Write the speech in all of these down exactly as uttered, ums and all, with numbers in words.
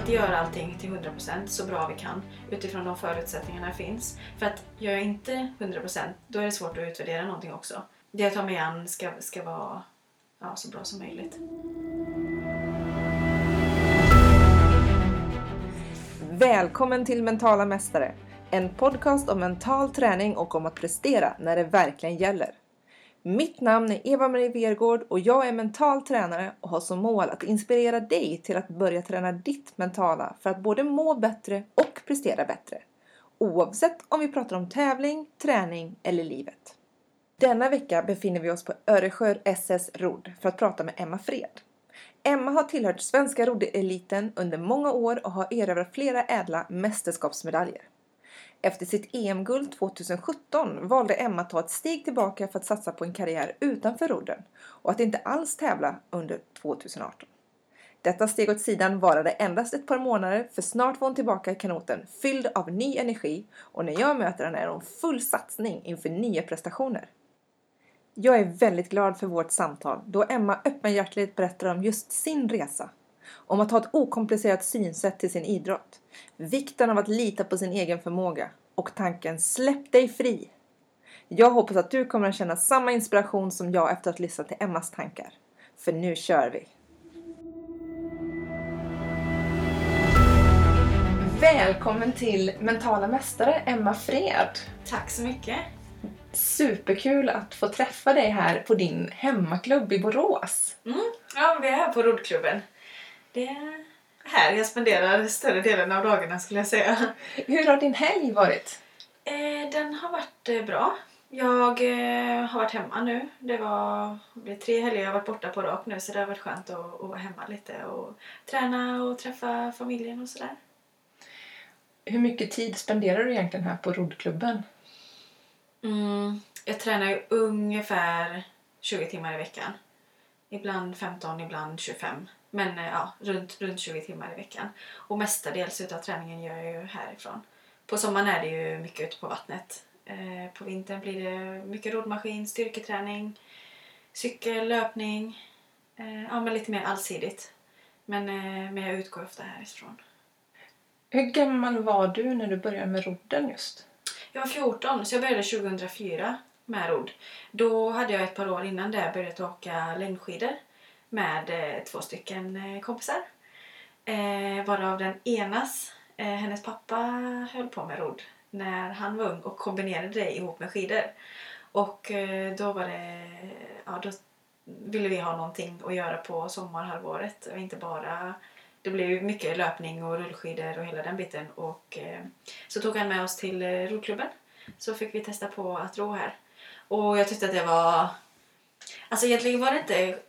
alltid göra allting till hundra procent så bra vi kan utifrån de förutsättningarna finns. För att gör jag inte hundra procent, då är det svårt att utvärdera någonting också. Det jag tar mig an ska, ska vara ja, så bra som möjligt. Välkommen till Mentala Mästare, en podcast om mental träning och om att prestera när det verkligen gäller. Mitt namn är Eva-Marie Vergård och jag är mental tränare och har som mål att inspirera dig till att börja träna ditt mentala för att både må bättre och prestera bättre. Oavsett om vi pratar om tävling, träning eller livet. Denna vecka befinner vi oss på Öresjö S S Rodd för att prata med Emma Fred. Emma har tillhört svenska roddeliten under många år och har erövrat flera ädla mästerskapsmedaljer. Efter sitt E M-guld tjugohundrasjutton valde Emma att ta ett steg tillbaka för att satsa på en karriär utanför rodden och att inte alls tävla under tjugoarton. Detta steg åt sidan varade endast ett par månader för snart var hon tillbaka i kanoten fylld av ny energi och när jag möter henne är hon full satsning inför nya prestationer. Jag är väldigt glad för vårt samtal då Emma öppenhjärtigt berättar om just sin resa. Om att ha ett okomplicerat synsätt till sin idrott. Vikten av att lita på sin egen förmåga. Och tanken släpp dig fri. Jag hoppas att du kommer att känna samma inspiration som jag efter att lyssna till Emmas tankar. För nu kör vi! Välkommen till Mentala Mästare, Emma Fred. Tack så mycket! Superkul att få träffa dig här på din hemmaklubb i Borås. Mm. Ja, vi är här på roddklubben. Det är här jag spenderar större delen av dagarna skulle jag säga. Hur har din helg varit? Eh, den har varit eh, bra. Jag eh, har varit hemma nu. Det var det är tre helger jag har varit borta på rak nu så det har varit skönt att, att vara hemma lite och träna och träffa familjen och sådär. Hur mycket tid spenderar du egentligen här på roddklubben? Mm, jag tränar ju ungefär tjugo timmar i veckan. Ibland femton, ibland tjugofem. Men ja, runt, runt tjugo timmar i veckan. Och mestadels utav träningen gör jag ju härifrån. På sommaren är det ju mycket ute på vattnet. Eh, på vintern blir det mycket roddmaskin, styrketräning, cykel, löpning. Eh, ja, men lite mer allsidigt. Men, eh, men jag utgår ofta härifrån. Hur gammal var du när du började med rodden just? Jag var fjorton, så jag började tjugohundrafyra med rodd. Då hade jag ett par år innan det börjat åka längdskidor med eh, två stycken eh, kompisar. Eh, varav den enas, eh, hennes pappa höll på med rodd när han var ung och kombinerade det ihop med skidor. Och eh, då var det, ja då ville vi ha någonting att göra på sommarhalvåret och inte bara. Det blev mycket löpning och rullskidor och hela den biten. Och eh, så tog han med oss till eh, roddklubben. Så fick vi testa på att ro här. Och jag tyckte att det var... Alltså egentligen var det inte...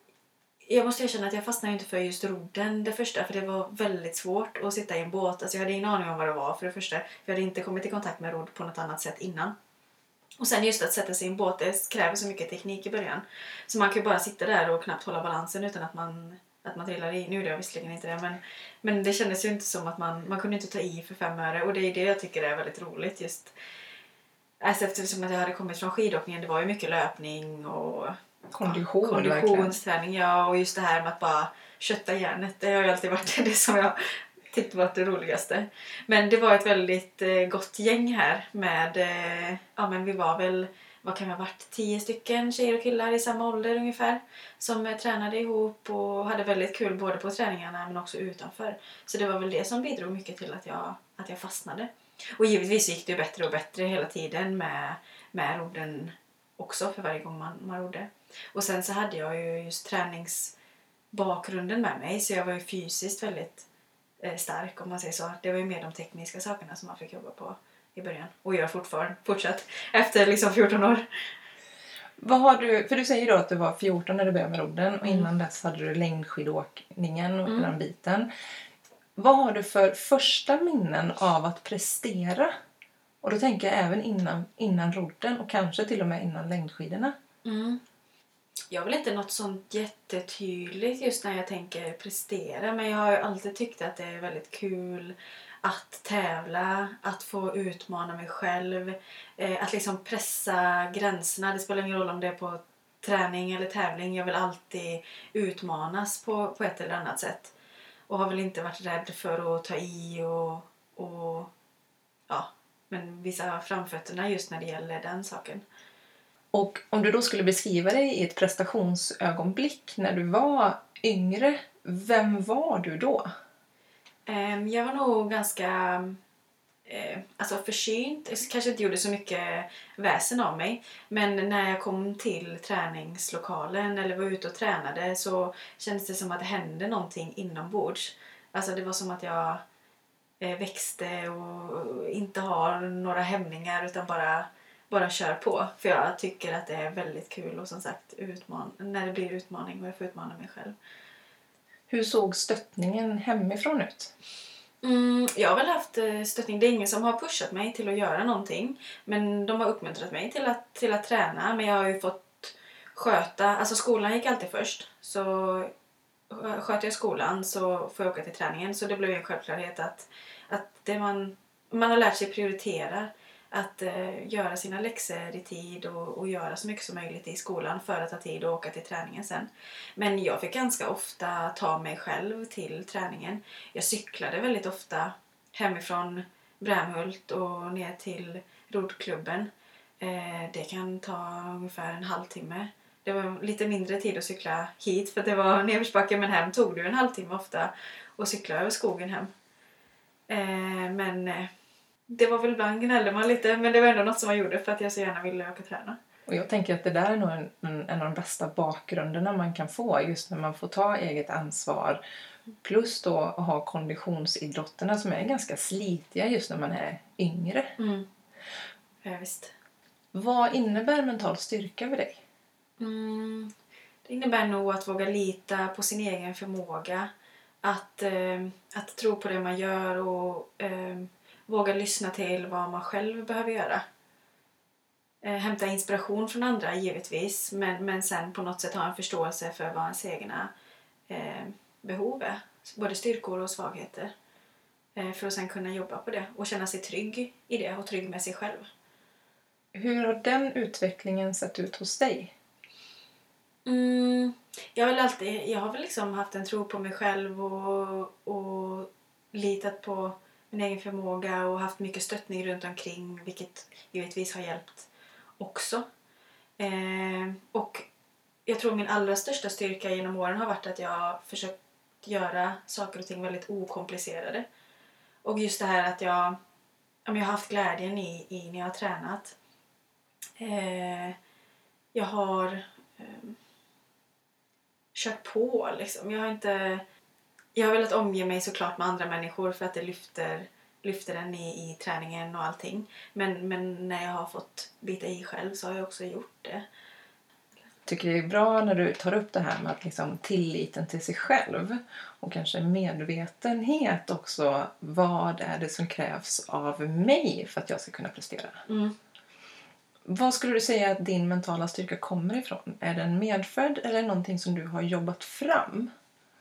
Jag måste erkänna att jag fastnade inte för just rodden det första. För det var väldigt svårt att sitta i en båt. Alltså jag hade ingen aning om vad det var för det första. För jag hade inte kommit i kontakt med rodd på något annat sätt innan. Och sen just att sätta sig i en båt, det kräver så mycket teknik i början. Så man kan ju bara sitta där och knappt hålla balansen utan att man... Att man trillar i. Nu är det visserligen inte det. Men, men det kändes ju inte som att man... Man kunde inte ta i för fem öre. Och det är det jag tycker är väldigt roligt. Just alltså eftersom att jag hade kommit från skidåkningen. Det var ju mycket löpning och... Kondition. Ja, konditionsträning. Ja, och just det här med att bara kötta järnet. Det har ju alltid varit det som jag tyckte var det roligaste. Men det var ett väldigt eh, gott gäng här. Med... Eh, ja men vi var väl... Vad kan det ha varit? Tio stycken tjejer och killar i samma ålder ungefär. Som eh, tränade ihop och hade väldigt kul både på träningarna men också utanför. Så det var väl det som bidrog mycket till att jag, att jag fastnade. Och givetvis gick det ju bättre och bättre hela tiden med, med rodden också för varje gång man, man rodde. Och sen så hade jag ju just träningsbakgrunden med mig. Så jag var ju fysiskt väldigt eh, stark om man säger så. Det var ju mer de tekniska sakerna som man fick jobba på i början. Och gör fortfarande, fortsatt efter liksom fjorton år. Vad har du, för du säger då att du var fjorton när du började med rodden. Och innan mm. dess hade du längdskidåkningen och mm. den biten. Vad har du för första minnen av att prestera? Och då tänker jag även innan, innan rodden och kanske till och med innan längdskidorna. Mm. Jag vill inte något sånt jättetydligt just när jag tänker prestera. Men jag har ju alltid tyckt att det är väldigt kul att tävla, att få utmana mig själv, eh, att liksom pressa gränserna. Det spelar ingen roll om det är på träning eller tävling. Jag vill alltid utmanas på, på ett eller annat sätt. och har väl inte varit rädd för att ta i och, och ja, men visa framfötterna just när det gäller den saken. Och om du då skulle beskriva dig i ett prestationsögonblick när du var yngre, vem var du då? Jag var nog ganska eh, alltså försynt. Jag kanske inte gjorde så mycket väsen av mig. Men när jag kom till träningslokalen eller var ute och tränade så kändes det som att det hände någonting inombords. Alltså det var som att jag eh, växte och inte har några hämningar utan bara, bara kör på. För jag tycker att det är väldigt kul och som sagt utman- när det blir utmaning och jag får utmana mig själv. Hur såg stöttningen hemifrån ut? Mm, jag har väl haft stöttning. Det är ingen som har pushat mig till att göra någonting. Men de har uppmuntrat mig till att, till att träna. Men jag har ju fått sköta... Alltså skolan gick alltid först. Så sköter jag skolan så får jag åka till träningen. Så det blev en självklarhet att, att det man, man har lärt sig prioritera. Att eh, göra sina läxor i tid och, och göra så mycket som möjligt i skolan för att ha tid att åka till träningen sen. Men jag fick ganska ofta ta mig själv till träningen. Jag cyklade väldigt ofta hemifrån Brämhult och ner till rodklubben. Eh, det kan ta ungefär en halvtimme. Det var lite mindre tid att cykla hit för att det var nedförsbacke, men hem tog det en halvtimme ofta och cykla över skogen hem. Eh, men... Eh, Det var väl ibland gnällde man lite, men det var ändå något som man gjorde för att jag så gärna ville åka träna. Och jag tänker att det där är nog en, en, en av de bästa bakgrunderna man kan få just när man får ta eget ansvar. Plus då att ha konditionsidrotterna som är ganska slitiga just när man är yngre. Mm. Ja, visst. Vad innebär mental styrka för dig? Mm. Det innebär nog att våga lita på sin egen förmåga. Att, eh, att tro på det man gör och... Eh, våga lyssna till vad man själv behöver göra. Eh, hämta inspiration från andra givetvis. Men, men sen på något sätt ha en förståelse för vad ens egna eh, behov är. Både styrkor och svagheter. Eh, för att sen kunna jobba på det. Och känna sig trygg i det och trygg med sig själv. Hur har den utvecklingen sett ut hos dig? Mm, jag, har väl alltid, jag har väl liksom haft en tro på mig själv och, och litat på min egen förmåga och haft mycket stöttning runt omkring, vilket givetvis har hjälpt också. Eh, och jag tror min allra största styrka genom åren har varit att jag har försökt göra saker och ting väldigt okomplicerade. Och just det här att jag, jag har haft glädjen i, i när jag har tränat. Eh, jag har eh, kört på liksom. Jag har inte... Jag har velat omge mig såklart med andra människor för att det lyfter, lyfter den i, i träningen och allting. Men, men när jag har fått bita i själv så har jag också gjort det. Jag tycker det är bra när du tar upp det här med att liksom tilliten till sig själv och kanske medvetenhet också. Vad är det som krävs av mig för att jag ska kunna prestera? Mm. Vad skulle du säga att din mentala styrka kommer ifrån? Är den medfödd eller någonting som du har jobbat fram?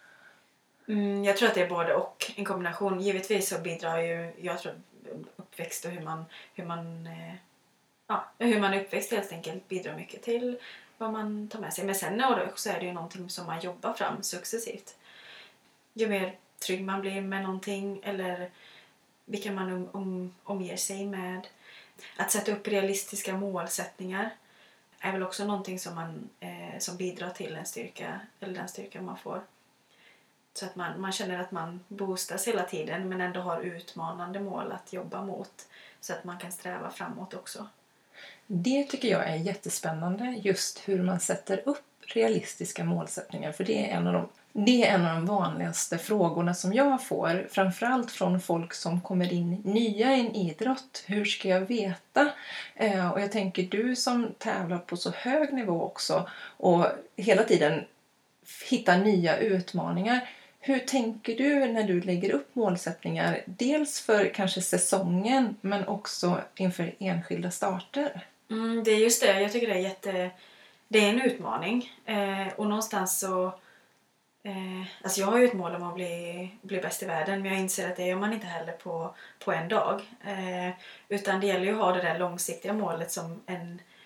Mm, jag tror att det är både och. En kombination. Givetvis så bidrar ju, jag tror uppväxt och hur man, hur man, eh, ja, hur man är uppväxt helt enkelt bidrar mycket till vad man tar med sig. Men sen också är det ju någonting som man jobbar fram successivt. Ju mer trygg man blir med någonting eller vilka man om, om, omger sig med. Att sätta upp realistiska målsättningar är väl också någonting som, man, eh, som bidrar till en styrka eller den styrka man får. Så att man, man känner att man boostas hela tiden men ändå har utmanande mål att jobba mot. Så att man kan sträva framåt också. Det tycker jag är jättespännande. Just hur man sätter upp realistiska målsättningar. För det är en av de, det är en av de vanligaste frågorna som jag får. Framförallt från folk som kommer in nya i en idrott. Hur ska jag veta? Eh, och jag tänker du som tävlar på så hög nivå också. Och hela tiden hittar nya utmaningar. Hur tänker du när du lägger upp målsättningar? Dels för kanske säsongen men också inför enskilda starter. Mm, det är just det. Jag tycker det är jätte... Det är en utmaning. Eh, och någonstans så... Eh, alltså jag har ju ett mål om att bli, bli bäst i världen. Men jag inser att det gör man inte heller på, på en dag. Eh, utan det gäller ju att ha det där långsiktiga målet som en,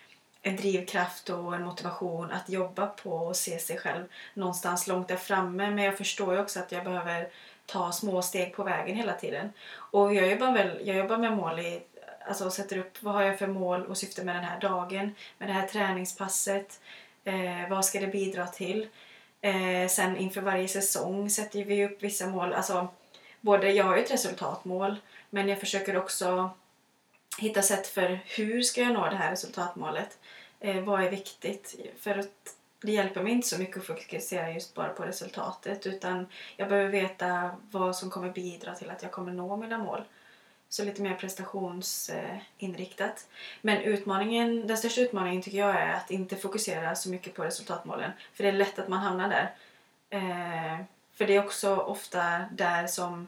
en drivkraft och en motivation att jobba på och se sig själv någonstans långt där framme. Men jag förstår ju också att jag behöver ta små steg på vägen hela tiden. Och jag jobbar, väl, jag jobbar med mål i, alltså sätter upp vad har jag för mål och syfte med den här dagen, med det här träningspasset, eh, vad ska det bidra till. Eh, sen inför varje säsong sätter vi upp vissa mål, alltså både jag har ju ett resultatmål, men jag försöker också hitta sätt för hur ska jag nå det här resultatmålet. Eh, vad är viktigt? För att det hjälper mig inte så mycket att fokusera just bara på resultatet, utan jag behöver veta vad som kommer bidra till att jag kommer nå mina mål. Så lite mer prestationsinriktat. Men utmaningen, den största utmaningen tycker jag är att inte fokusera så mycket på resultatmålen. För det är lätt att man hamnar där. Eh, för det är också ofta där som,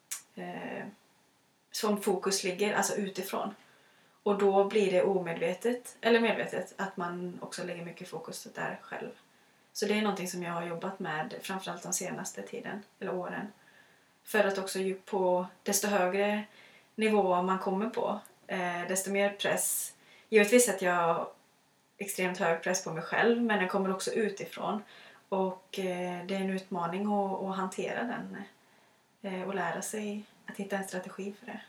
eh, som fokus ligger, alltså utifrån. Och då blir det omedvetet, eller medvetet, att man också lägger mycket fokus där själv. Så det är någonting som jag har jobbat med framförallt den senaste tiden, eller åren. För att också ju på desto högre nivå man kommer på, eh, desto mer press. Givetvis att jag har extremt hög press på mig själv, men den kommer också utifrån. Och eh, det är en utmaning att, att hantera den eh, och lära sig att hitta en strategi för det.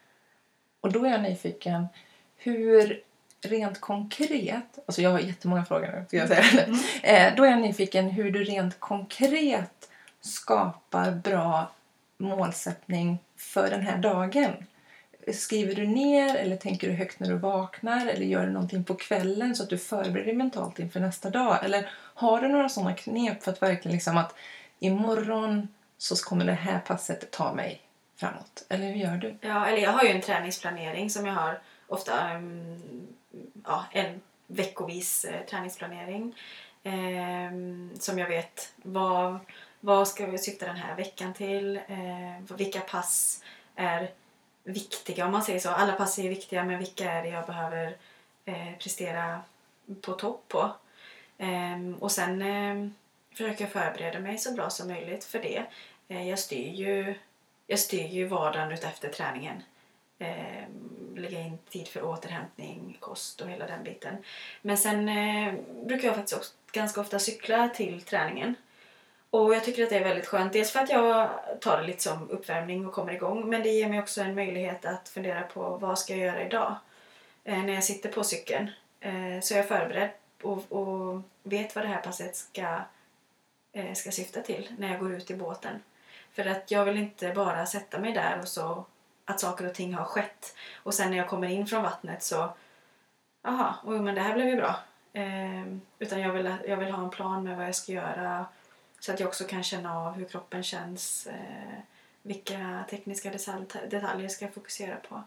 Och då är jag nyfiken, hur rent konkret, alltså jag har jättemånga frågor nu, ska jag säga. Mm. Eh, då är jag nyfiken hur du rent konkret skapar bra målsättning för den här dagen. Skriver du ner eller tänker du högt när du vaknar eller gör du någonting på kvällen så att du förbereder dig mentalt inför nästa dag? Eller har du några sådana knep för att verkligen liksom att imorgon så kommer det här passet ta mig framåt? Eller hur gör du? Ja, eller jag har ju en träningsplanering som jag har ofta um, ja, en veckovis eh, träningsplanering eh, som jag vet vad, vad ska vi syfta den här veckan till, eh, vilka pass är viktiga, om man säger så. Alla pass är viktiga, men vilka är det jag behöver eh, prestera på topp på. Eh, och sen eh, försöker jag förbereda mig så bra som möjligt för det. Eh, jag styr ju jag styr ju vardagen ut efter träningen. Eh, lägga in tid för återhämtning, kost och hela den biten. Men sen eh, brukar jag faktiskt också ganska ofta cykla till träningen. Och jag tycker att det är väldigt skönt. Dels för att jag tar det lite som uppvärmning och kommer igång. Men det ger mig också en möjlighet att fundera på vad ska jag göra idag. Eh, när jag sitter på cykeln. Eh, så jag är förberedd och, och vet vad det här passet ska, eh, ska syfta till när jag går ut i båten. För att jag vill inte bara sätta mig där och så att saker och ting har skett. Och sen när jag kommer in från vattnet så, aha, oh, men det här blev ju bra. Eh, utan jag vill, jag vill ha en plan med vad jag ska göra. Så att jag också kan känna av hur kroppen känns. Eh, vilka tekniska detalj- detaljer ska jag fokusera på.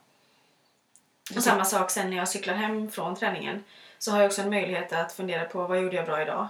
Och samma sak sen när jag cyklar hem från träningen. Så har jag också en möjlighet att fundera på vad gjorde jag bra idag.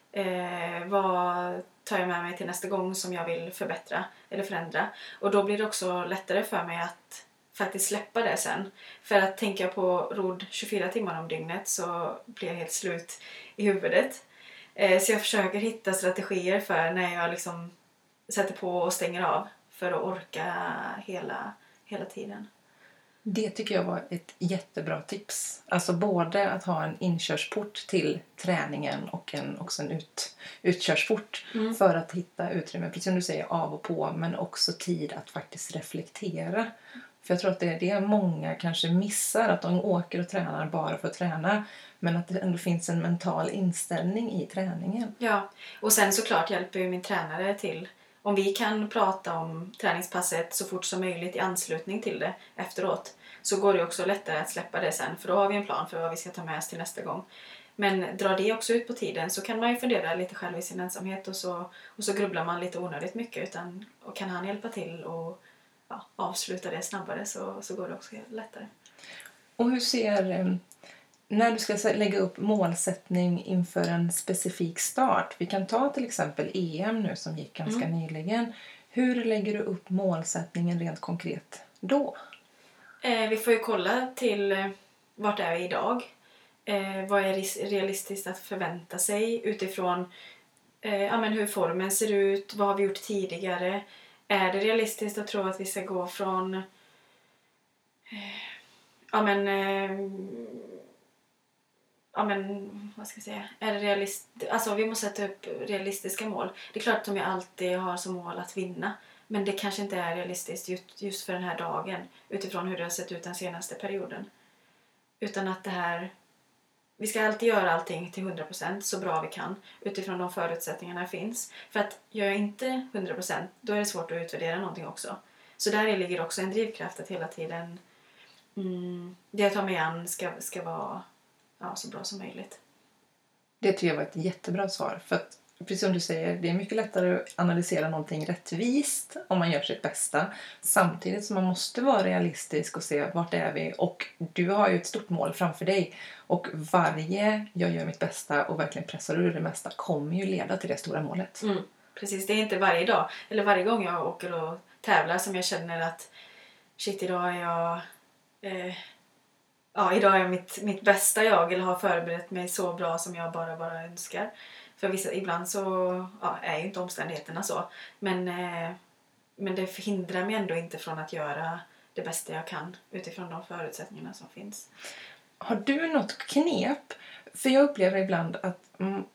Eh, vad tar jag med mig till nästa gång som jag vill förbättra eller förändra. Och då blir det också lättare för mig att faktiskt släppa det sen. För att tänka på rodd tjugofyra timmar om dygnet så blir jag helt slut i huvudet. Eh, så jag försöker hitta strategier för när jag liksom sätter på och stänger av. För att orka hela, hela tiden. Det tycker jag var ett jättebra tips. Alltså både att ha en inkörsport till träningen och en, också en ut, utkörsport mm. för att hitta utrymme, precis som du säger, av och på, men också tid att faktiskt reflektera. För jag tror att det är det många kanske missar, att de åker och tränar bara för att träna, men att det ändå finns en mental inställning i träningen. Ja, och sen såklart hjälper ju min tränare till. Om vi kan prata om träningspasset så fort som möjligt i anslutning till det efteråt så går det också lättare att släppa det sen. För då har vi en plan för vad vi ska ta med oss till nästa gång. Men drar det också ut på tiden så kan man ju fundera lite själv i sin ensamhet och så, och så grubblar man lite onödigt mycket. Utan, och kan han hjälpa till och ja, avsluta det snabbare så, så går det också lättare. Och hur ser... När du ska lägga upp målsättning inför en specifik start. Vi kan ta till exempel E M nu som gick ganska mm. nyligen. Hur lägger du upp målsättningen rent konkret då? Eh, vi får ju kolla till eh, vart är vi idag. Eh, vad är realistiskt att förvänta sig utifrån eh, ja, men hur formen ser ut. Vad har vi gjort tidigare? Är det realistiskt att tro att vi ska gå från... Eh, ja men... Eh, ja men, vad ska jag säga, är det realist, alltså vi måste sätta upp realistiska mål. Det är klart att jag alltid har som mål att vinna, men det kanske inte är realistiskt just, just för den här dagen utifrån hur det har sett ut den senaste perioden. Utan att det här, vi ska alltid göra allting till hundra procent så bra vi kan utifrån de förutsättningarna finns. För att gör jag inte hundra procent, då är det svårt att utvärdera någonting också. Så där ligger också en drivkraft att hela tiden mm, det jag tar mig an ska, ska vara ja, så bra som möjligt. Det tycker jag var ett jättebra svar. För att, precis som du säger, det är mycket lättare att analysera någonting rättvist om man gör sitt bästa. Samtidigt som man måste vara realistisk och se vart är vi. Och du har ju ett stort mål framför dig. Och varje jag gör mitt bästa och verkligen pressar ur det mesta kommer ju leda till det stora målet. Mm, precis, det är inte varje dag eller varje gång jag åker och tävlar som jag känner att shit, idag är jag... Eh, Ja, idag är jag mitt, mitt bästa jag eller har förberett mig så bra som jag bara, bara önskar. För vissa, ibland så ja, är ju inte omständigheterna så. Men, eh, men det förhindrar mig ändå inte från att göra det bästa jag kan utifrån de förutsättningarna som finns. Har du något knep? För jag upplever ibland att... Mm,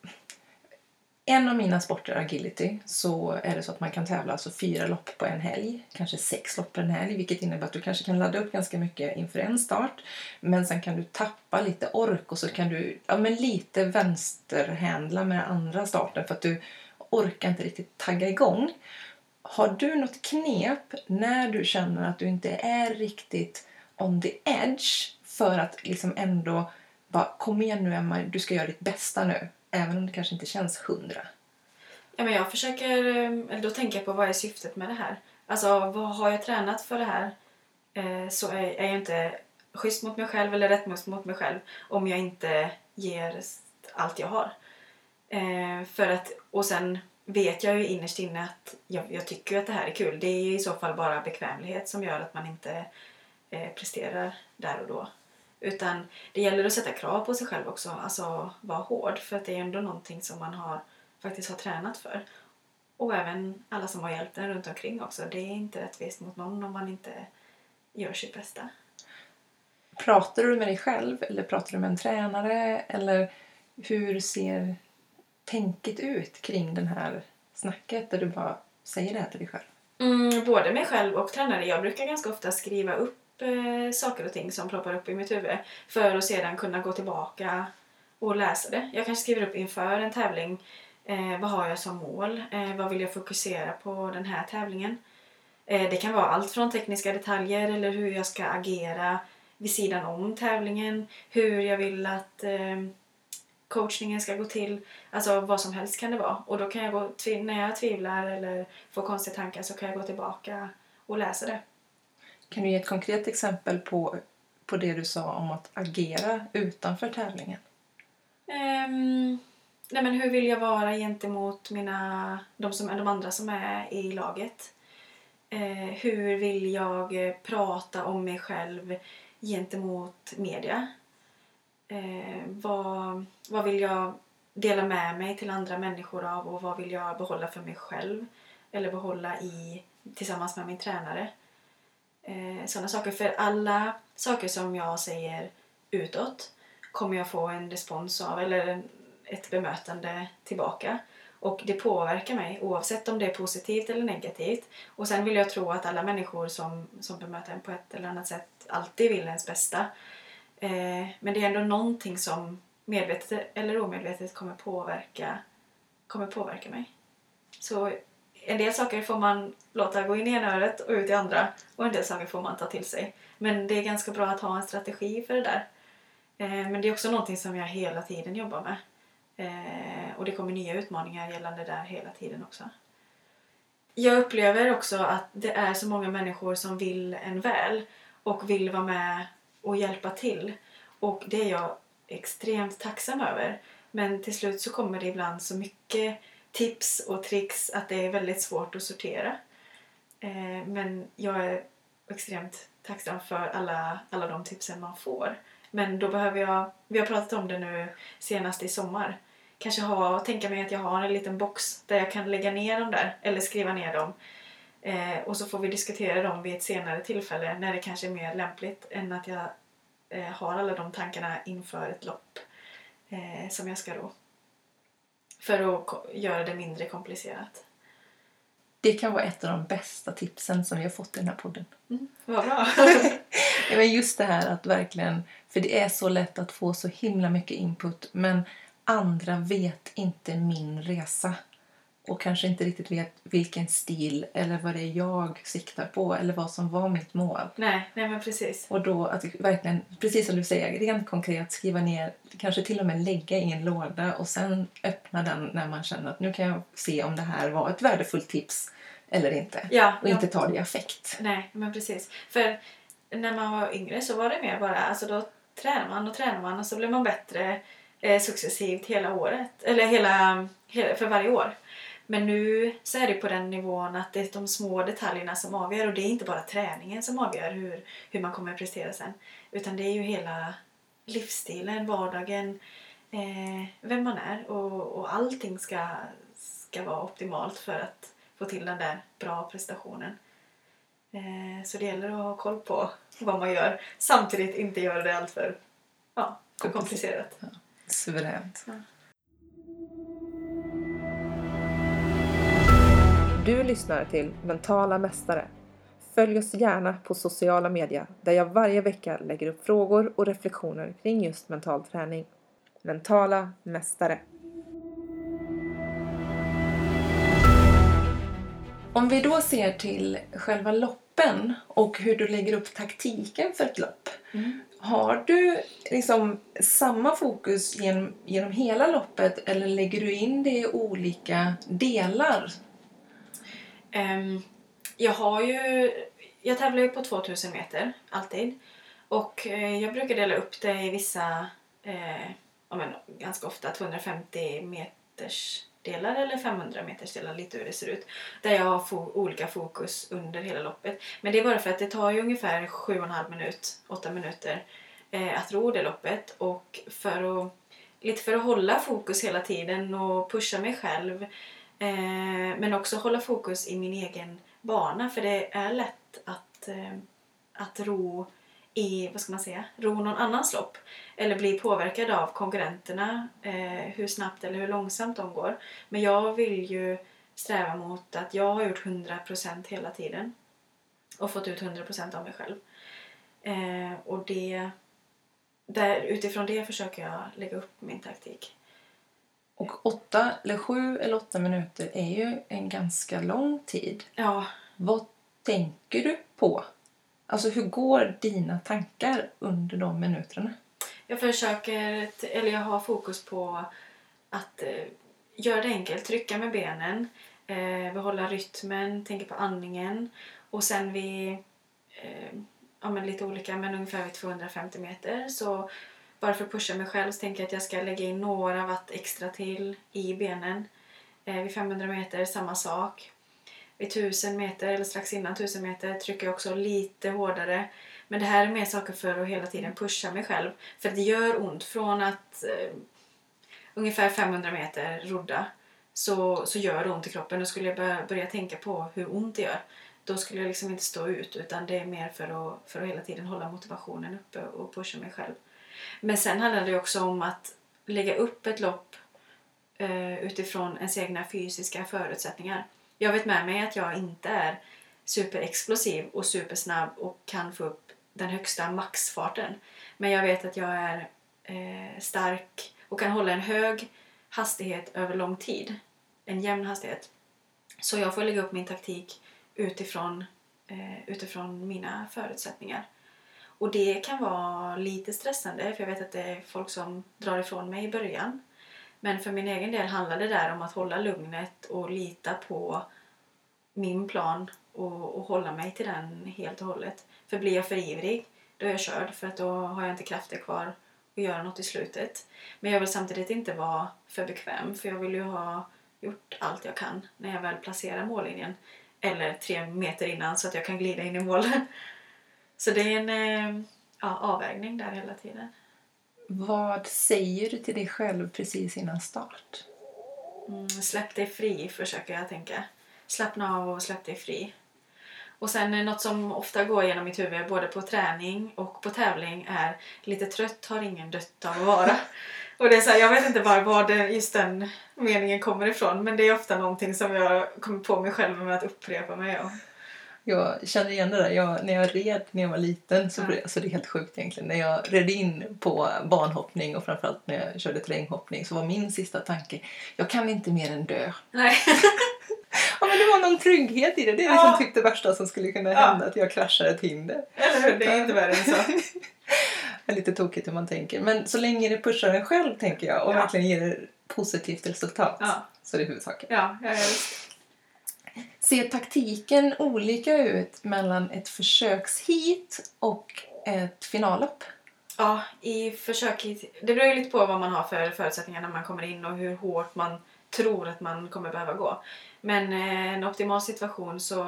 en av mina sporter, agility, så är det så att man kan tävla alltså fyra lopp på en helg. Kanske sex lopp på en helg. Vilket innebär att du kanske kan ladda upp ganska mycket inför en start. Men sen kan du tappa lite ork och så kan du ja, men lite vänsterhändla med andra starten. För att du orkar inte riktigt tagga igång. Har du något knep när du känner att du inte är riktigt on the edge. För att liksom ändå bara kom igen nu Emma, du ska göra ditt bästa nu. Även om det kanske inte känns hundra. Ja, men jag försöker, eller då tänker jag på vad är syftet med det här. Alltså, vad har jag tränat för det här? Eh, så är, är jag inte schysst mot mig själv eller rättmåst mot mig själv om jag inte ger allt jag har. Eh, för att, och sen vet jag ju innerst inne att jag, jag tycker att det här är kul. Det är i så fall bara bekvämlighet som gör att man inte eh, presterar där och då. Utan det gäller att sätta krav på sig själv också. Alltså vara hård. För att det är ändå någonting som man har, faktiskt har tränat för. Och även alla som har hjälpt en runt omkring också. Det är inte rättvist mot någon om man inte gör sitt bästa. Pratar du med dig själv? Eller pratar du med en tränare? Eller hur ser tänket ut kring den här snacket? Där du bara säger det här till dig själv? Mm, både mig själv och tränare. Jag brukar ganska ofta skriva upp saker och ting som ploppar upp i mitt huvud för att sedan kunna gå tillbaka och läsa det. Jag kanske skriver upp inför en tävling eh, vad har jag som mål? Eh, vad vill jag fokusera på den här tävlingen? Eh, det kan vara allt från tekniska detaljer eller hur jag ska agera vid sidan om tävlingen. Hur jag vill att eh, coachningen ska gå till. Alltså vad som helst kan det vara. Och då kan jag gå, när jag tvivlar eller får konstiga tankar så kan jag gå tillbaka och läsa det. Kan du ge ett konkret exempel på, på det du sa om att agera utanför tävlingen? Um, nej men hur vill jag vara gentemot mina, de, som, de andra som är i laget? Uh, hur vill jag prata om mig själv gentemot media? Uh, vad, vad vill jag dela med mig till andra människor av och vad vill jag behålla för mig själv? Eller behålla i, tillsammans med min tränare? Eh, sådana saker. För alla saker som jag säger utåt kommer jag få en respons av eller en, ett bemötande tillbaka. Och det påverkar mig oavsett om det är positivt eller negativt. Och sen vill jag tro att alla människor som, som bemöter en på ett eller annat sätt alltid vill ens bästa. Eh, men det är ändå någonting som medvetet eller omedvetet kommer påverka, kommer påverka mig. Så en del saker får man låta gå in i ena öret och ut i andra. Och en del saker får man ta till sig. Men det är ganska bra att ha en strategi för det där. Eh, men det är också någonting som jag hela tiden jobbar med. Eh, och det kommer nya utmaningar gällande där hela tiden också. Jag upplever också att det är så många människor som vill en väl. Och vill vara med och hjälpa till. Och det är jag extremt tacksam över. Men till slut så kommer det ibland så mycket tips och tricks att det är väldigt svårt att sortera. Eh, men jag är extremt tacksam för alla, alla de tipsen man får. Men då behöver jag, vi har pratat om det nu senast i sommar. Kanske ha, tänka mig att jag har en liten box där jag kan lägga ner dem där. Eller skriva ner dem. Eh, och så får vi diskutera dem vid ett senare tillfälle när det kanske är mer lämpligt än att jag eh, har alla de tankarna inför ett lopp. eh, som jag ska ro. För att ko- göra det mindre komplicerat. Det kan vara ett av de bästa tipsen som vi har fått i den här podden. Mm, vad bra. Ja, men just det här att verkligen, för det är så lätt att få så himla mycket input, men andra vet inte min resa och kanske inte riktigt vet vilken stil eller vad det är jag siktar på eller vad som var mitt mål. nej, nej men precis. Och då att verkligen, precis som du säger, rent konkret skriva ner, kanske till och med lägga i en låda och sen öppna den när man känner att nu kan jag se om det här var ett värdefullt tips eller inte. Ja, och ja. inte ta det i affekt. Nej, men precis. För när man var yngre så var det mer bara, alltså då tränar man och tränar man och så blir man bättre eh, successivt hela året. Eller hela, hela, för varje år. Men nu så är det på den nivån att det är de små detaljerna som avgör. Och det är inte bara träningen som avgör hur, hur man kommer att prestera sen. Utan det är ju hela livsstilen, vardagen, eh, vem man är. Och, och allting ska, ska vara optimalt för att få till den där bra prestationen. Eh, så det gäller att ha koll på vad man gör. Samtidigt inte göra det allt för, ja, för komplicerat. Ja, suveränt. Ja. Du lyssnar till Mentala Mästare. Följ oss gärna på sociala medier där jag varje vecka lägger upp frågor och reflektioner kring just mental träning. Mentala Mästare. Om vi då ser till själva loppen och hur du lägger upp taktiken för ett lopp. Mm. Har du liksom samma fokus genom, genom hela loppet eller lägger du in det i olika delar? Um, jag har ju, jag tävlar ju på tvåtusen meter alltid. Och eh, jag brukar dela upp det i vissa, eh, ja, men, ganska ofta tvåhundrafemtio meters delar eller femhundra meters delar, lite hur det ser ut. Där jag har fo- olika fokus under hela loppet. Men det är bara för att det tar ju ungefär sju och en halv minut, åtta minuter eh, att ro det loppet. Och för att, lite för att hålla fokus hela tiden och pusha mig själv. Eh, men också hålla fokus i min egen bana. För det är lätt att, eh, att ro i, vad ska man säga, ro någon annans lopp. Eller bli påverkad av konkurrenterna, eh, hur snabbt eller hur långsamt de går. Men jag vill ju sträva mot att jag har gjort hundra procent hela tiden. Och fått ut hundra procent av mig själv. Eh, och det, där, utifrån det försöker jag lägga upp min taktik. Och åtta eller sju eller åtta minuter är ju en ganska lång tid. Ja. Vad tänker du på? Alltså hur går dina tankar under de minuterna? Jag försöker, eller jag har fokus på att eh, göra det enkelt. Trycka med benen, eh, behålla rytmen, tänka på andningen. Och sen vid, eh, ja men lite olika, men ungefär vid tvåhundrafemtio meter. Så bara för att pusha mig själv så tänker jag att jag ska lägga in några watt extra till i benen. Eh, vid femhundra meter, samma sak. Vid tusen meter eller strax innan tusen meter trycker jag också lite hårdare. Men det här är mer saker för att hela tiden pusha mig själv. För det gör ont från att eh, ungefär femhundra meter rodda. Så, så gör det ont i kroppen. Då skulle jag börja, börja tänka på hur ont det gör. Då skulle jag liksom inte stå ut. Utan det är mer för att, för att hela tiden hålla motivationen uppe och pusha mig själv. Men sen handlar det också om att lägga upp ett lopp eh, utifrån ens egna fysiska förutsättningar. Jag vet med mig att jag inte är superexplosiv och supersnabb och kan få upp den högsta maxfarten. Men jag vet att jag är eh, stark och kan hålla en hög hastighet över lång tid. En jämn hastighet. Så jag får lägga upp min taktik utifrån, eh, utifrån mina förutsättningar. Och det kan vara lite stressande för jag vet att det är folk som drar ifrån mig i början. Men för min egen del handlar det där om att hålla lugnet och lita på min plan och, och hålla mig till den helt och hållet. För blir jag för ivrig, då är jag körd för att då har jag inte krafter kvar att göra något i slutet. Men jag vill samtidigt inte vara för bekväm för jag vill ju ha gjort allt jag kan när jag väl placerar mållinjen. Eller tre meter innan så att jag kan glida in i mål. Så det är en ja, avvägning där hela tiden. Vad säger du till dig själv precis innan start? Mm, släpp dig fri försöker jag tänka. Slappna av och släpp dig fri. Och sen något som ofta går genom mitt huvud både på träning och på tävling är lite trött har ingen dött av att vara. Och det är så här, jag vet inte bara var det, just den meningen kommer ifrån. Men det är ofta någonting som jag kommer på mig själv med att upprepa mig om. Jag känner igen det där. Jag, när jag red när jag var liten, så, Ja. så alltså det är helt sjukt egentligen. När jag red in på banhoppning och framförallt när jag körde terränghoppning, så var min sista tanke, jag kan inte mer än dö. Nej. Ja, men det var någon trygghet i det. Det är Ja. liksom typ det värsta som skulle kunna hända, Ja. att jag kraschar ett hinder. Eller hur? Det är inte värre än så. Det är lite tokigt hur man tänker. Men så länge det pushar en själv, tänker jag, och Ja. verkligen ger positivt resultat, Ja. så det är huvudsaken. Ja, ja, just. Ser taktiken olika ut mellan ett försökshit och ett finallopp? Ja, i försök... Det beror ju lite på vad man har för förutsättningar när man kommer in och hur hårt man tror att man kommer behöva gå. Men eh, en optimal situation så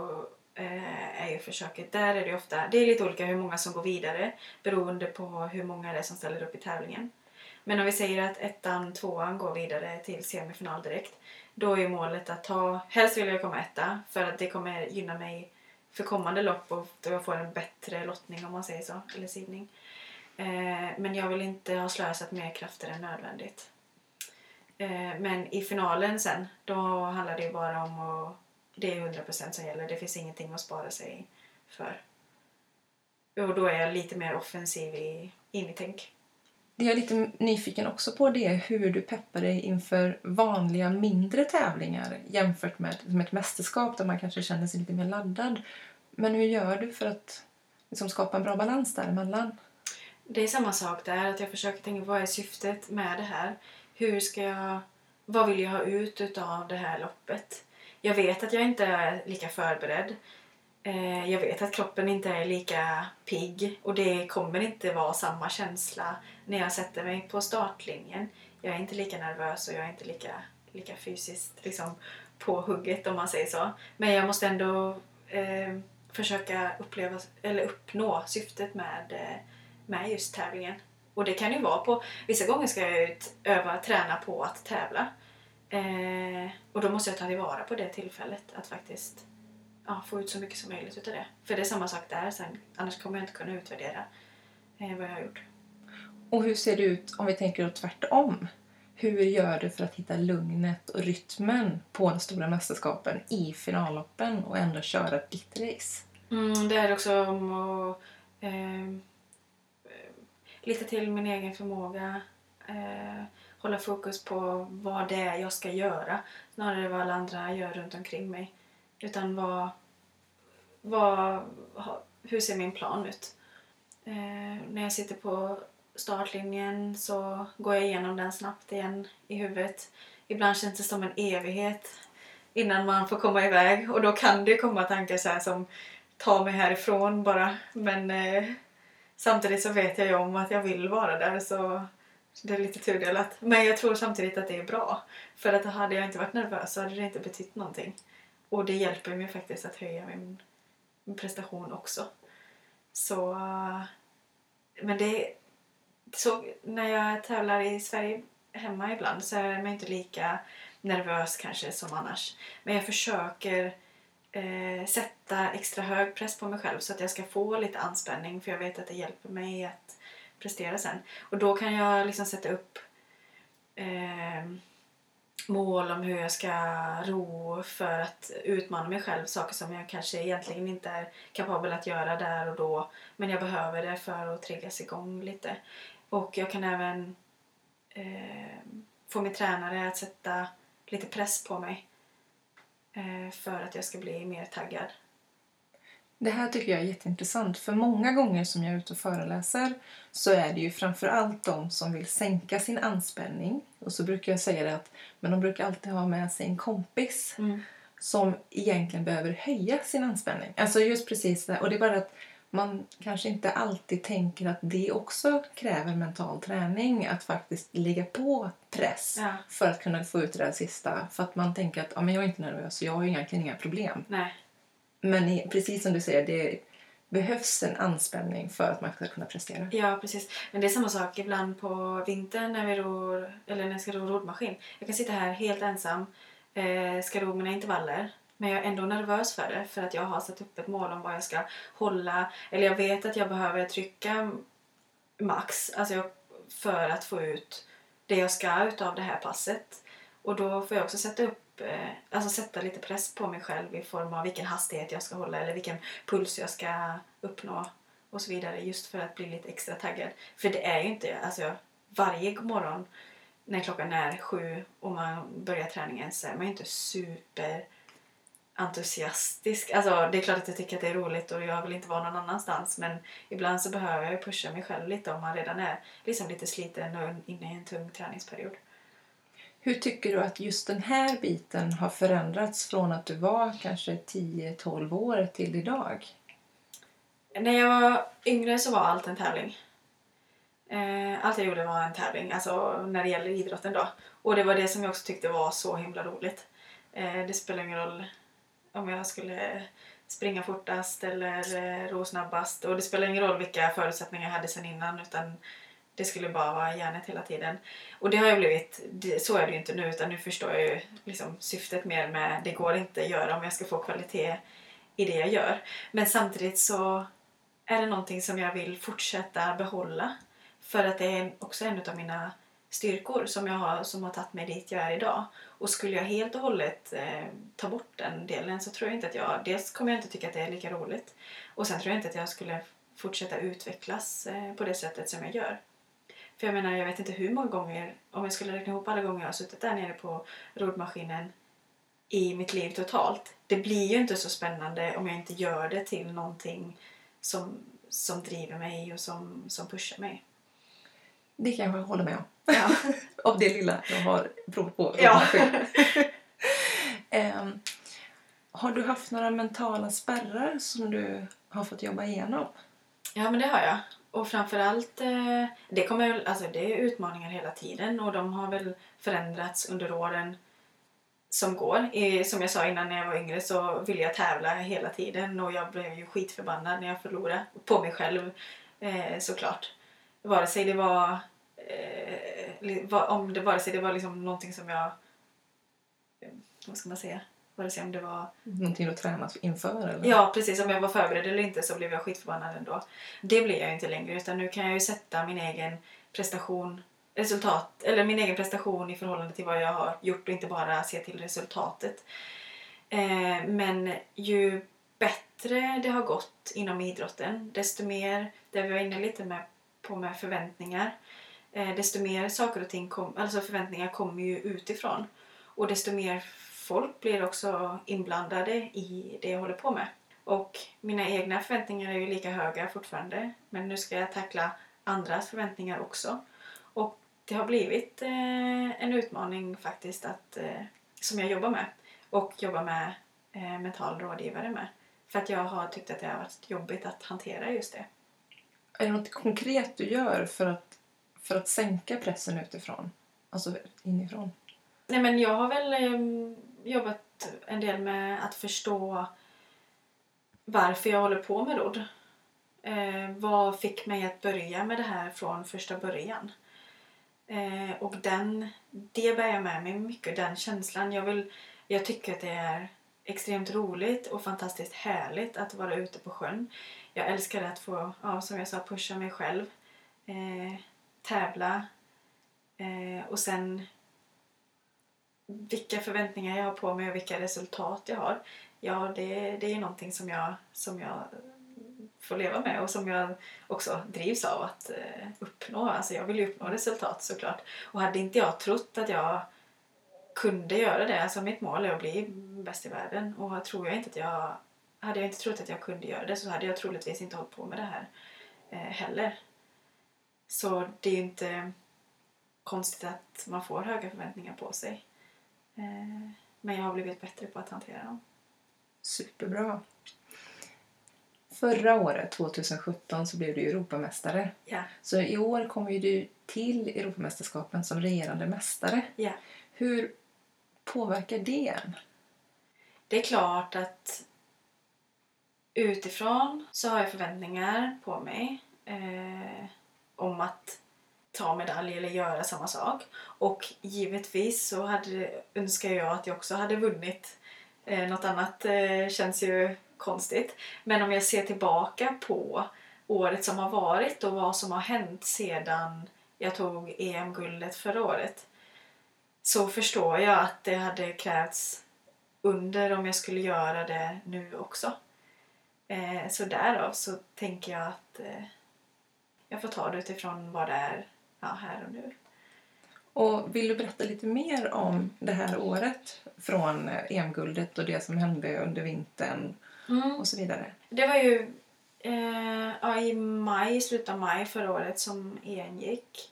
eh, är ju försöket... Där är det ofta... Det är lite olika hur många som går vidare beroende på hur många det är som ställer upp i tävlingen. Men om vi säger att ettan, tvåan går vidare till semifinal direkt, då är målet att ta... Helst vill jag komma etta för att det kommer gynna mig för kommande lopp och då jag får en bättre lottning, om man säger så, eller sidning. Eh, men jag vill inte ha slösat mer krafter än nödvändigt. Eh, men i finalen sen, då handlar det ju bara om att det är hundra procent som gäller. Det finns ingenting att spara sig för. Och då är jag lite mer offensiv i, in i tänk. Det jag är lite nyfiken också på, det är hur du peppar dig inför vanliga mindre tävlingar jämfört med, med ett mästerskap där man kanske känner sig lite mer laddad. Men hur gör du för att liksom skapa en bra balans däremellan? Det är samma sak där, att jag försöker tänka, vad är syftet med det här? Hur ska jag, vad vill jag ha ut utav det här loppet? Jag vet att jag inte är lika förberedd. Eh, jag vet att kroppen inte är lika pigg och det kommer inte vara samma känsla när jag sätter mig på startlinjen. Jag är inte lika nervös och jag är inte lika, lika fysiskt liksom, på hugget, om man säger så. Men jag måste ändå eh, försöka uppleva, eller uppnå syftet med, eh, med just tävlingen. Och det kan ju vara på, vissa gånger ska jag ut, öva, träna på att tävla. Eh, och då måste jag ta tillvara på det tillfället att faktiskt ja, få ut så mycket som möjligt utav det. För det är samma sak där sen. Annars kommer jag inte kunna utvärdera eh, vad jag har gjort. Och hur ser det ut om vi tänker tvärtom? Hur gör du för att hitta lugnet och rytmen på de stora mästerskapen i finalloppen och ändå köra ditt race? Mm, det är också om att eh, lita till min egen förmåga. Eh, hålla fokus på vad det är jag ska göra. Snarare vad alla andra gör runt omkring mig. Utan vad, vad, hur ser min plan ut? Eh, när jag sitter på startlinjen så går jag igenom den snabbt igen i huvudet. Ibland känns det som en evighet innan man får komma iväg. Och då kan det komma tankar så här som tar mig härifrån bara. Men eh, samtidigt så vet jag ju om att jag vill vara där, så det är lite tudelat. Men jag tror samtidigt att det är bra. För att hade jag inte varit nervös så hade det inte betytt någonting. Och det hjälper mig faktiskt att höja min, min prestation också. Så, men det så när jag tävlar i Sverige hemma ibland så är jag inte lika nervös kanske som annars. Men jag försöker eh, sätta extra hög press på mig själv så att jag ska få lite anspänning. För jag vet att det hjälper mig att prestera sen. Och då kan jag liksom sätta upp eh, mål om hur jag ska ro för att utmana mig själv. Saker som jag kanske egentligen inte är kapabel att göra där och då. Men jag behöver det för att triggas igång lite. Och jag kan även eh, få min tränare att sätta lite press på mig. Eh, för att jag ska bli mer taggad. Det här tycker jag är jätteintressant. För många gånger som jag är ute och föreläser så är det ju framförallt de som vill sänka sin anspänning. Och så brukar jag säga det att men de brukar alltid ha med sig en kompis Mm. som egentligen behöver höja sin anspänning. Alltså just precis det. Och det är bara att man kanske inte alltid tänker att det också kräver mental träning. Att faktiskt lägga på press Ja. för att kunna få ut det där sista. För att man tänker att ja, men jag är inte nervös så jag har ju egentligen inga problem. Nej. Men i, precis som du säger, det behövs en anspänning för att man ska kunna prestera. Ja, precis. Men det är samma sak ibland på vintern när vi ror, eller när jag ska ro roddmaskin. Jag kan sitta här helt ensam, eh, ska ro mina intervaller. Men jag är ändå nervös för det. För att jag har satt upp ett mål om vad jag ska hålla. Eller jag vet att jag behöver trycka max. Alltså jag, för att få ut det jag ska utav det här passet. Och då får jag också sätta upp, eh, alltså sätta lite press på mig själv i form av vilken hastighet jag ska hålla eller vilken puls jag ska uppnå och så vidare, just för att bli lite extra taggad. För det är ju inte, alltså varje morgon när klockan är sju och man börjar träningen så är man ju inte super entusiastisk. Alltså det är klart att jag tycker att det är roligt och jag vill inte vara någon annanstans, men ibland så behöver jag ju pusha mig själv lite om man redan är liksom lite sliten och inne i en tung träningsperiod. Hur tycker du att just den här biten har förändrats från att du var kanske tio tolv år till idag? När jag var yngre så var allt en tävling. Eh, allt jag gjorde var en tävling, alltså när det gäller idrotten då. Och det var det som jag också tyckte var så himla roligt. Eh, det spelar ingen roll om jag skulle springa fortast eller eh, ro snabbast. Och det spelar ingen roll vilka förutsättningar jag hade sedan innan, utan det skulle bara vara hjärnet hela tiden. Och det har ju blivit, det, så är det ju inte nu, utan nu förstår jag ju liksom syftet mer med det går inte att göra om jag ska få kvalitet i det jag gör. Men samtidigt så är det någonting som jag vill fortsätta behålla. För att det är också en av mina styrkor som jag har, som har tagit mig dit jag är idag. Och skulle jag helt och hållet eh, ta bort den delen så tror jag inte att jag, dels kommer jag inte tycka att det är lika roligt. Och sen tror jag inte att jag skulle fortsätta utvecklas eh, på det sättet som jag gör. För jag menar, jag vet inte hur många gånger, om jag skulle räkna ihop alla gånger jag har suttit där nere på roddmaskinen i mitt liv totalt. Det blir ju inte så spännande om jag inte gör det till någonting som, som driver mig och som, som pushar mig. Det kan jag hålla med om. Ja. Av det lilla jag har provat på. Ja. um, har du haft några mentala spärrar som du har fått jobba igenom? Ja, men det har jag. Och framförallt, eh, det, kommer, alltså, det är utmaningar hela tiden. Och de har väl förändrats under åren som går. I, som jag sa innan, när jag var yngre så ville jag tävla hela tiden. Och jag blev ju skitförbannad när jag förlorade på mig själv, eh, såklart. Vare sig det var, eh, var om det vare sig det var liksom någonting som jag, vad ska man säga, vare sig om det var någonting att träna inför eller? Ja, precis, om jag var förberedd eller inte så blev jag skitförbannad ändå. Det blir jag inte längre, utan nu kan jag ju sätta min egen prestation resultat eller min egen prestation i förhållande till vad jag har gjort och inte bara se till resultatet. Eh, men ju bättre det har gått inom idrotten, desto mer, där vi var inne lite med på med förväntningar, eh, desto mer saker och ting kom, alltså förväntningar kommer ju utifrån, och desto mer folk blir också inblandade i det jag håller på med. Och mina egna förväntningar är ju lika höga fortfarande, men nu ska jag tackla andras förväntningar också. Och det har blivit eh, en utmaning faktiskt att, eh, som jag jobbar med, och jobbar med eh, mental rådgivare med. För att jag har tyckt att det har varit jobbigt att hantera just det. Är det något konkret du gör för att, för att sänka pressen utifrån? Alltså inifrån? Nej, men jag har väl eh, jobbat en del med att förstå varför jag håller på med rodd. Eh, vad fick mig att börja med det här från första början? Eh, och den, det bär jag med mig mycket, den känslan. Jag, vill, jag tycker att det är extremt roligt och fantastiskt härligt att vara ute på sjön. Jag älskar att få, ja, som jag sa, pusha mig själv. Eh, tävla. Eh, och sen vilka förväntningar jag har på mig och vilka resultat jag har. Ja, det, det är någonting som jag, som jag får leva med och som jag också drivs av att eh, uppnå. Alltså jag vill ju uppnå resultat såklart. Och hade inte jag trott att jag kunde göra det, alltså mitt mål är att bli bäst i världen, och tror jag inte att jag hade jag inte trott att jag kunde göra det, så hade jag troligtvis inte hållit på med det här eh, heller. Så det är ju inte konstigt att man får höga förväntningar på sig. Eh, men jag har blivit bättre på att hantera dem. Superbra. Förra året, tjugosjutton, så blev du Europamästare. Ja. Så i år kommer ju du till Europamästerskapen som regerande mästare. Ja. Hur påverkar det en? Det är klart att utifrån så har jag förväntningar på mig eh, om att ta medalj eller göra samma sak. Och givetvis så hade, önskar jag att jag också hade vunnit. Eh, något annat eh, känns ju konstigt. Men om jag ser tillbaka på året som har varit och vad som har hänt sedan jag tog E M-guldet förra året, så förstår jag att det hade krävts under om jag skulle göra det nu också. Eh, så därav så tänker jag att eh, jag får ta det utifrån vad det är ja, här och nu. Och vill du berätta lite mer om det här året från E M-guldet och det som hände under vintern mm. och så vidare? Det var ju eh, ja, i maj, slutet av maj förra året som E M gick.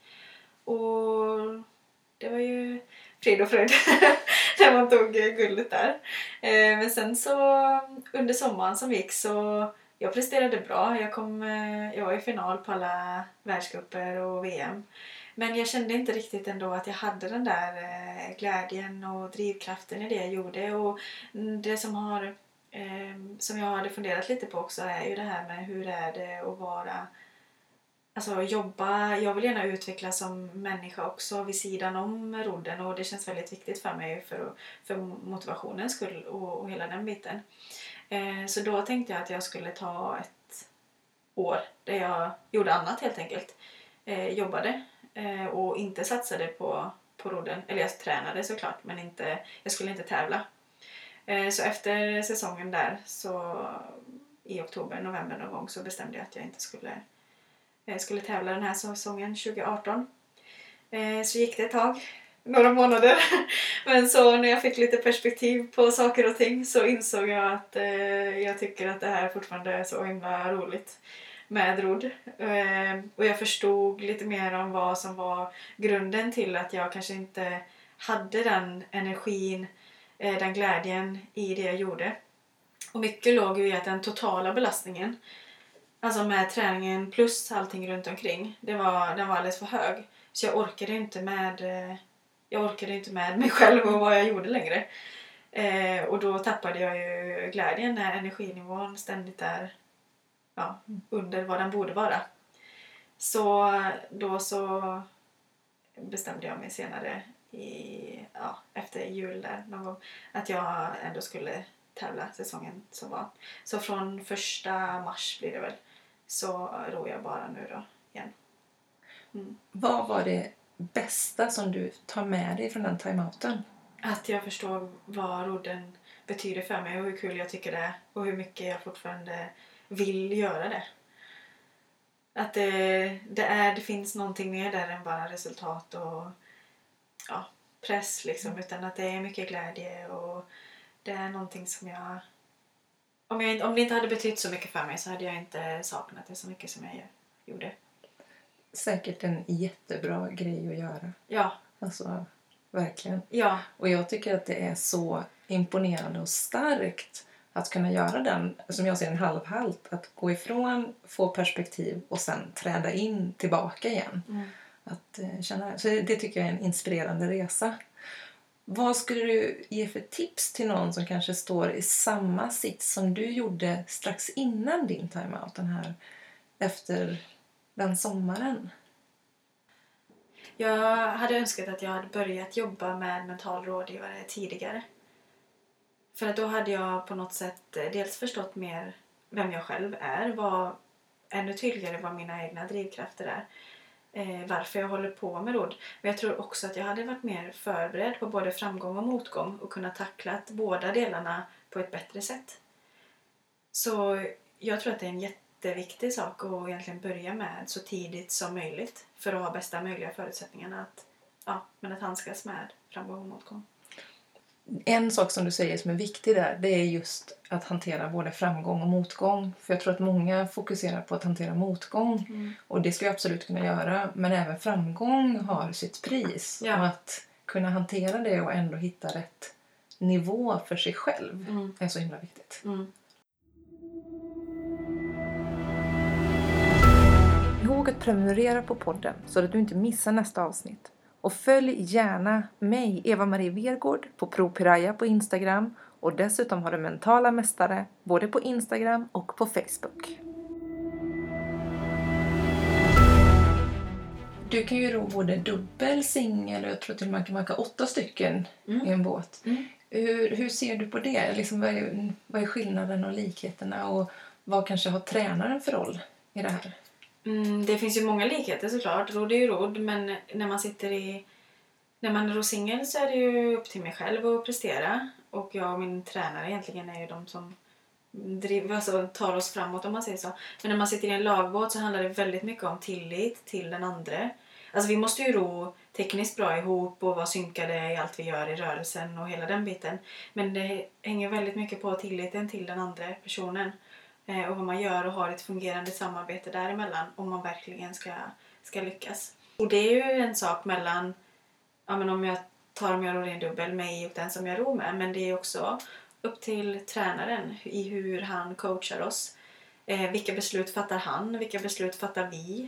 Och det var ju frid och fröjd när man tog guldet där. Eh, men sen så under sommaren som gick så jag presterade bra. Jag, kom, eh, jag var i final på alla världscuper och V M. Men jag kände inte riktigt ändå att jag hade den där eh, glädjen och drivkraften i det jag gjorde. Och det som, har, eh, som jag hade funderat lite på också är ju det här med hur är det att vara... Alltså jobba, jag vill gärna utvecklas som människa också vid sidan om rodden. Och det känns väldigt viktigt för mig för, för motivationens skull och, och hela den biten. Eh, så då tänkte jag att jag skulle ta ett år där jag gjorde annat helt enkelt. Eh, jobbade. Och inte satsade på, på rodden. Eller jag tränade såklart, men inte, jag skulle inte tävla. Så efter säsongen där, så i oktober, november någon gång, så bestämde jag att jag inte skulle, skulle tävla den här säsongen tjugo arton. Så gick det ett tag, några månader. Men så när jag fick lite perspektiv på saker och ting så insåg jag att jag tycker att det här fortfarande är så himla roligt med rodd. Och jag förstod lite mer om vad som var grunden till att jag kanske inte hade den energin, den glädjen i det jag gjorde. Och mycket låg ju i att den totala belastningen, alltså med träningen plus allting runt omkring, det var, den var alldeles för hög. Så jag orkade inte med, jag orkade inte med mig själv och vad jag gjorde längre. Och då tappade jag ju glädjen när energinivån ständigt är ja, under vad den borde vara. Så då så bestämde jag mig senare i, ja, efter jul där någon gång att jag ändå skulle tävla säsongen som var. Så från första mars blir det väl, så ror jag bara nu då igen. Mm. Vad var det bästa som du tar med dig från den timeouten? Att jag förstår vad rodden betyder för mig och hur kul jag tycker det är och hur mycket jag fortfarande vill göra det. Att det, det, är, det finns någonting mer där än bara resultat och ja, press liksom. Utan att det är mycket glädje och det är någonting som jag... Om, jag, om det inte hade betytt så mycket för mig så hade jag inte saknat det så mycket som jag gjorde. Säkert en jättebra grej att göra. Ja. Alltså, verkligen. Ja. Och jag tycker att det är så imponerande och starkt att kunna göra den, som jag ser en halvhalt, att gå ifrån, få perspektiv och sen träda in tillbaka igen. Mm. Att eh, känna, så det, det tycker jag är en inspirerande resa. Vad skulle du ge för tips till någon som kanske står i samma sits som du gjorde strax innan din timeout, den här efter den sommaren? Jag hade önskat att jag hade börjat jobba med mental rådgivare tidigare. För att då hade jag på något sätt dels förstått mer vem jag själv är. Var ännu tydligare vad mina egna drivkrafter är. Eh, varför jag håller på med rodd. Men jag tror också att jag hade varit mer förberedd på både framgång och motgång. Och kunnat tackla båda delarna på ett bättre sätt. Så jag tror att det är en jätteviktig sak att egentligen börja med så tidigt som möjligt. För att ha bästa möjliga förutsättningarna att, ja, men att handskas med framgång och motgång. En sak som du säger som är viktig där, det är just att hantera både framgång och motgång. För jag tror att många fokuserar på att hantera motgång. Mm. Och det ska jag absolut kunna göra. Men även framgång har sitt pris. Ja. Och att kunna hantera det och ändå hitta rätt nivå för sig själv mm. är så himla viktigt. Mm. Ihåg att prenumerera på podden så att du inte missar nästa avsnitt. Och följ gärna mig, Eva-Marie Vergård, på ProPiraya på Instagram. Och dessutom har du Mentala Mästare både på Instagram och på Facebook. Du kan ju ro både dubbel, singel och jag tror till man kan maka åtta stycken mm. i en båt. Mm. Hur, hur ser du på det? Liksom, vad, är, vad är skillnaden och likheterna och vad kanske har tränaren för roll i det här? Mm, det finns ju många likheter såklart. Rodd är ju rodd, men när man sitter i... När man är singel så är det ju upp till mig själv att prestera. Och jag och min tränare egentligen är ju de som driver, alltså tar oss framåt om man säger så. Men när man sitter i en lagbåt så handlar det väldigt mycket om tillit till den andra. Alltså vi måste ju ro tekniskt bra ihop och vara synkade i allt vi gör i rörelsen och hela den biten. Men det hänger väldigt mycket på tilliten till den andra personen. Eh, och vad man gör och har ett fungerande samarbete däremellan om man verkligen ska, ska lyckas. Och det är ju en sak mellan, ja men om jag tar om jag ror en dubbel, mig och den som jag ror med. Men det är också upp till tränaren i hur han coachar oss. Eh, vilka beslut fattar han? Vilka beslut fattar vi?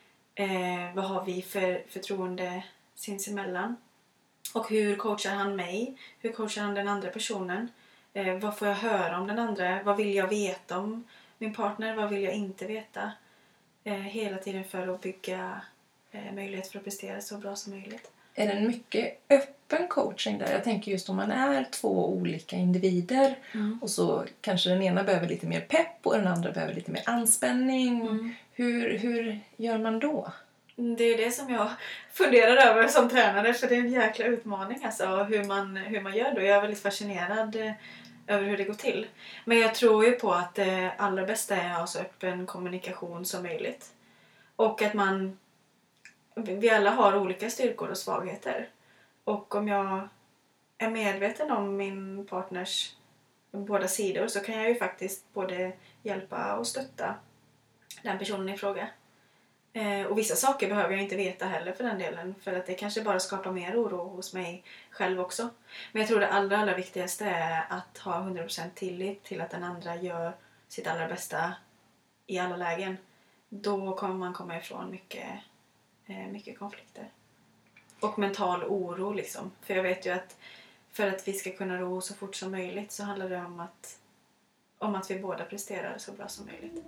Eh, vad har vi för förtroende sinsemellan? Och hur coachar han mig? Hur coachar han den andra personen? Eh, vad får jag höra om den andra? Vad vill jag veta om min partner? Vad vill jag inte veta? Eh, hela tiden för att bygga eh, möjlighet för att prestera så bra som möjligt. Är det en mycket öppen coaching där? Jag tänker just om man är två olika individer mm. och så kanske den ena behöver lite mer pepp och den andra behöver lite mer anspänning. Mm. Hur, hur gör man då? Det är det som jag funderar över som tränare, för det är en jäkla utmaning alltså, hur man, hur man gör då. Jag är väldigt fascinerad eh, över hur det går till. Men jag tror ju på att det allra bästa är att ha så öppen kommunikation som möjligt. Och att man... Vi alla har olika styrkor och svagheter. Och om jag är medveten om min partners båda sidor så kan jag ju faktiskt både hjälpa och stötta den personen i fråga. Eh, och vissa saker behöver jag inte veta heller för den delen. För att det kanske bara skapar mer oro hos mig själv också. Men jag tror det allra, allra viktigaste är att ha hundra procent tillit till att den andra gör sitt allra bästa i alla lägen. Då kommer man komma ifrån mycket... mycket konflikter. Och mental oro liksom. För jag vet ju att för att vi ska kunna ro så fort som möjligt så handlar det om att om att vi båda presterar så bra som möjligt.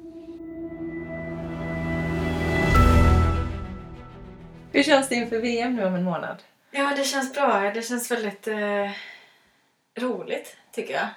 Hur känns det inför V M nu om en månad? Ja, det känns bra. Det känns väldigt eh, roligt tycker jag.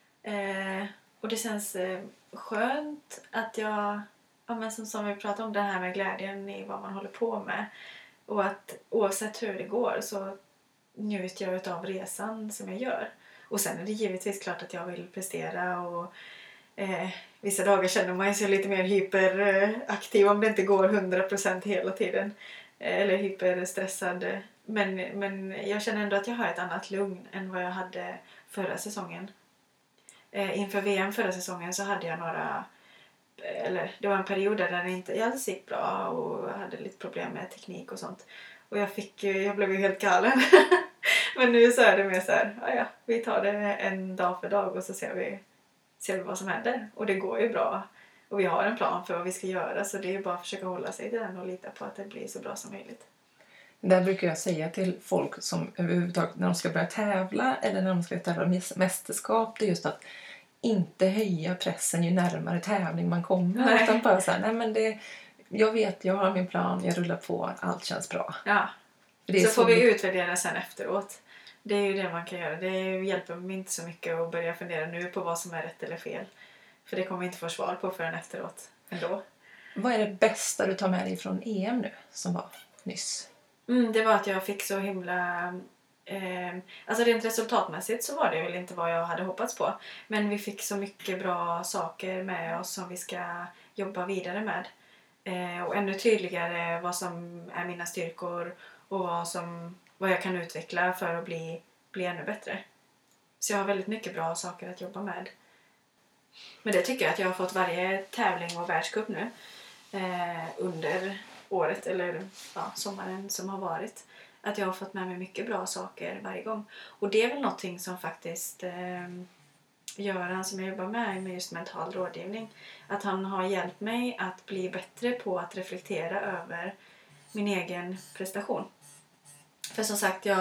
Eh, och det känns eh, skönt att jag Ja, men som, som vi pratade om, det här med glädjen i vad man håller på med. Och att oavsett hur det går så njuter jag av resan som jag gör. Och sen är det givetvis klart att jag vill prestera. Och eh, vissa dagar känner man sig lite mer hyperaktiv om det inte går hundra procent hela tiden. Eh, eller hyperstressad. Men, men jag känner ändå att jag har ett annat lugn än vad jag hade förra säsongen. Eh, inför V M förra säsongen så hade jag några... Eller det var en period där det inte alls gick bra och jag hade lite problem med teknik och sånt. Och jag fick jag blev ju helt galen. Men nu så är det mer så här, ja, ja vi tar det en dag för dag och så ser vi, ser vi vad som händer. Och det går ju bra. Och vi har en plan för vad vi ska göra, så det är bara att försöka hålla sig till den och lita på att det blir så bra som möjligt. Där brukar jag säga till folk som överhuvudtaget när de ska börja tävla eller när de ska tävla mästerskap, det är just att inte höja pressen ju närmare tävling man kommer. Nej. Utan bara så här, nej men det, jag vet, jag har min plan, jag rullar på, allt känns bra. Ja, det så, så får vi utvärdera sen efteråt. Det är ju det man kan göra. Det hjälper mig inte så mycket att börja fundera nu på vad som är rätt eller fel. För det kommer vi inte få svar på förrän efteråt ändå. Vad är det bästa du tar med dig från E M nu som var nyss? Mm, det var att jag fick så himla... Eh, alltså rent resultatmässigt så var det väl inte vad jag hade hoppats på. Men vi fick så mycket bra saker med oss som vi ska jobba vidare med. Eh, och ännu tydligare vad som är mina styrkor och vad, som, vad jag kan utveckla för att bli, bli ännu bättre. Så jag har väldigt mycket bra saker att jobba med. Men det tycker jag att jag har fått varje tävling och världscup nu eh, under året eller ja, sommaren som har varit. Att jag har fått med mig mycket bra saker varje gång. Och det är väl någonting som faktiskt eh, Göran som jag jobbar med med just mental rådgivning. Att han har hjälpt mig att bli bättre på att reflektera över min egen prestation. För som sagt, jag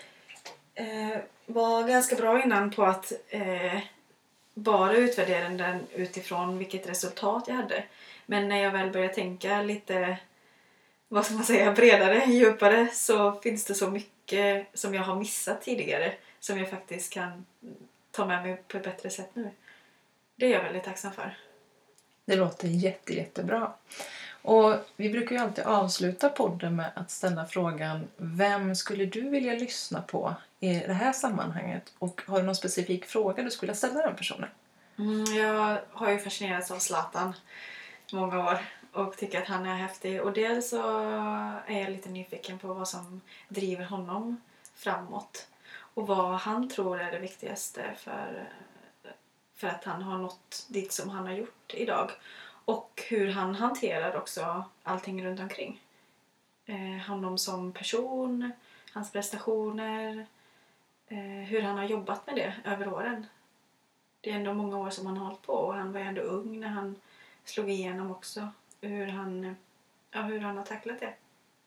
eh, var ganska bra innan på att eh, bara utvärdera den utifrån vilket resultat jag hade. Men när jag väl började tänka lite... vad ska man säga, bredare, djupare, så finns det så mycket som jag har missat tidigare som jag faktiskt kan ta med mig på ett bättre sätt nu. Det är jag väldigt tacksam för. Det låter jätte, jättebra. Och vi brukar ju alltid avsluta podden med att ställa frågan: vem skulle du vilja lyssna på i det här sammanhanget? Och har du någon specifik fråga du skulle ställa den personen? Mm, jag har ju fascinerats av Zlatan många år och tycker att han är häftig. Och dels så är jag lite nyfiken på vad som driver honom framåt. Och vad han tror är det viktigaste för, för att han har nått dit som han har gjort idag. Och hur han hanterar också allting runt omkring. Eh, honom som person, hans prestationer, eh, hur han har jobbat med det över åren. Det är ändå många år som han har hållit på och han var ändå ung när han slog igenom också. Hur han, ja, hur han har tacklat det.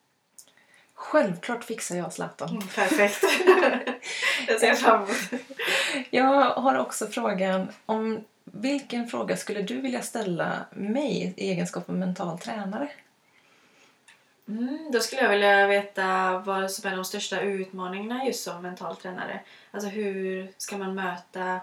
Självklart fixar jag Zlatan. Mm, perfekt. Det ser jag fram emot. Jag har också frågan om vilken fråga skulle du vilja ställa mig i egenskap av mental tränare? Mm, då skulle jag vilja veta vad som är de största utmaningarna just som mental tränare. Alltså hur ska man möta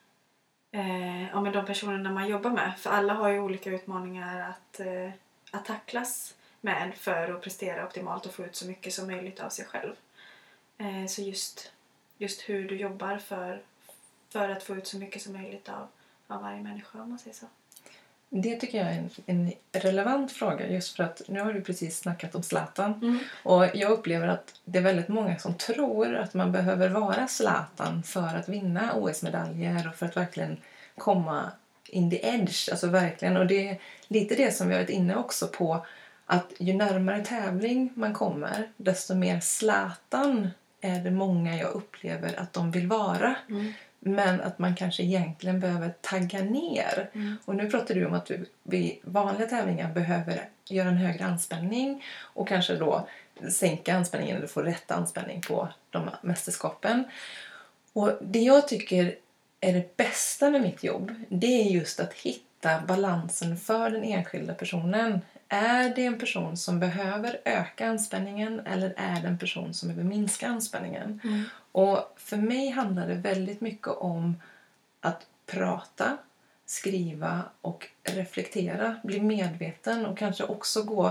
eh, ja, med de personerna man jobbar med. För alla har ju olika utmaningar att, eh, att tacklas med för att prestera optimalt och få ut så mycket som möjligt av sig själv. Eh, så just, just hur du jobbar för, för att få ut så mycket som möjligt av, av varje människa, om man säger så. Det tycker jag är en, en relevant fråga, just för att nu har du precis snackat om Zlatan. Mm. Och jag upplever att det är väldigt många som tror att man behöver vara Zlatan för att vinna O S-medaljer och för att verkligen komma in the edge. Alltså verkligen. Och det är lite det som vi har varit inne också på, att ju närmare tävling man kommer, desto mer Zlatan är det många jag upplever att de vill vara. Mm. Men att man kanske egentligen behöver tagga ner. Mm. Och nu pratar du om att du vid vanliga tävlingar behöver göra en högre anspänning. Och kanske då sänka anspänningen eller få rätt anspänning på de mästerskapen. Och det jag tycker är det bästa med mitt jobb, det är just att hitta balansen för den enskilda personen. Är det en person som behöver öka anspänningen eller är det en person som behöver minska anspänningen? Mm. Och för mig handlar det väldigt mycket om att prata, skriva och reflektera. Bli medveten och kanske också gå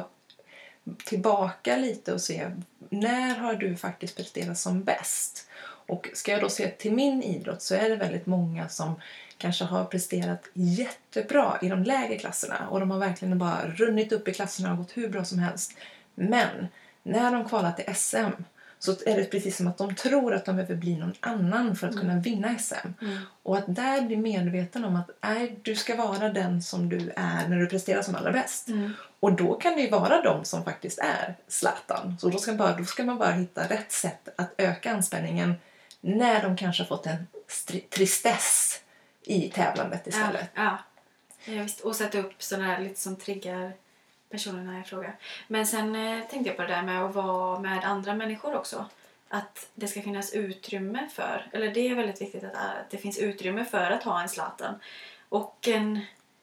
tillbaka lite och se när har du faktiskt presterat som bäst? Och ska jag då se till min idrott så är det väldigt många som kanske har presterat jättebra i de lägre klasserna. Och de har verkligen bara runnit upp i klasserna och gått hur bra som helst. Men när de kvalar till S M så är det precis som att de tror att de behöver bli någon annan för att mm. kunna vinna S M. Mm. Och att där bli medveten om att nej, du ska vara den som du är när du presterar som allra bäst. Mm. Och då kan det ju vara de som faktiskt är Zlatan. Så då ska, bara, då ska man bara hitta rätt sätt att öka anspänningen när de kanske har fått en stri- tristess i tävlandet istället. Ja, ja. Ja visst. Och sätta upp sådana här lite som triggar personerna i fråga. Men sen eh, tänkte jag på det där med att vara med andra människor också. Att det ska finnas utrymme för, eller det är väldigt viktigt att, att det finns utrymme för att ha en Zlatan och en,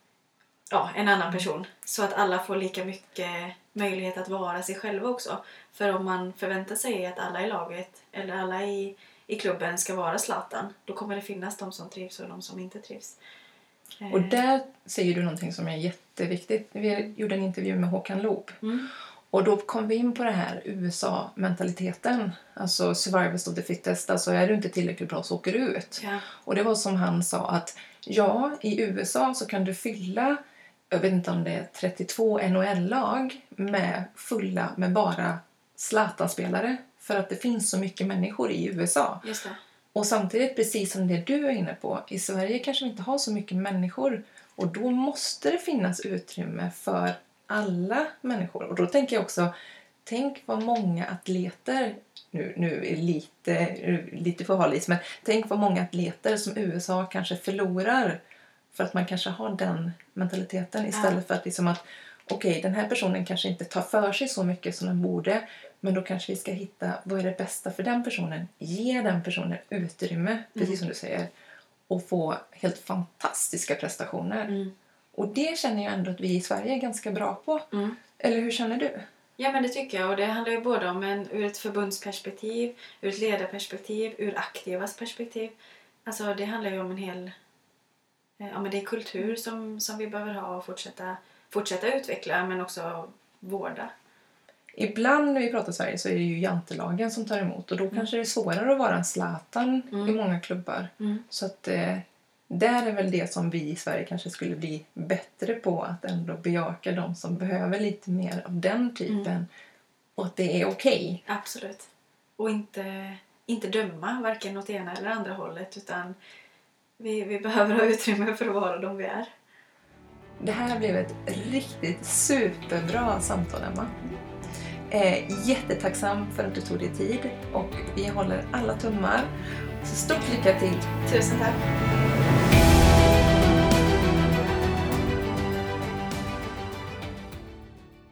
ja, en annan person. Så att alla får lika mycket möjlighet att vara sig själva också. För om man förväntar sig att alla i laget eller alla i, i klubben ska vara Zlatan, då kommer det finnas de som trivs och de som inte trivs. Och där säger du någonting som är jätteviktigt. Vi gjorde en intervju med Håkan Loob. Mm. Och då kom vi in på det här U S A-mentaliteten. Alltså survivors of the fittest. Alltså är du inte tillräckligt bra så åker du ut. Ja. Och det var som han sa att ja, i U S A så kan du fylla, jag vet inte om det är trettiotvå N H L-lag med fulla med bara Zlatan-spelare. För att det finns så mycket människor i U S A. Just det. Och samtidigt, precis som det du är inne på, i Sverige kanske vi inte har så mycket människor. Och då måste det finnas utrymme för alla människor. Och då tänker jag också, tänk vad många atleter, nu, nu är lite, lite förhållis, men tänk vad många atleter som U S A kanske förlorar. För att man kanske har den mentaliteten istället ja. För att liksom att, okej, okay, den här personen kanske inte tar för sig så mycket som den borde. Men då kanske vi ska hitta, vad är det bästa för den personen? Ge den personen utrymme, mm. precis som du säger. Och få helt fantastiska prestationer. Mm. Och det känner jag ändå att vi i Sverige är ganska bra på. Mm. Eller hur känner du? Ja, men det tycker jag. Och det handlar ju både om en, ur ett förbundsperspektiv, ur ett ledarperspektiv, ur aktivas perspektiv. Alltså det handlar ju om en hel, eh, ja, men det är kultur som, som vi behöver ha och fortsätta, fortsätta utveckla men också vårda. Ibland när vi pratar Sverige så är det ju jantelagen som tar emot. Och då mm. kanske det är svårare att vara en Zlatan mm. i många klubbar. Mm. Så att eh, där är väl det som vi i Sverige kanske skulle bli bättre på. Att ändå bejaka de som behöver lite mer av den typen. Mm. Och att det är okej. Okay. Absolut. Och inte, inte döma varken åt ena eller andra hållet. Utan vi, vi behöver ha utrymme för att vara de vi är. Det här blev ett riktigt superbra samtal, Emma. Eh, jättetacksam för att du tog dig tid och vi håller alla tummar. Så stort lycka till! Tusen tack!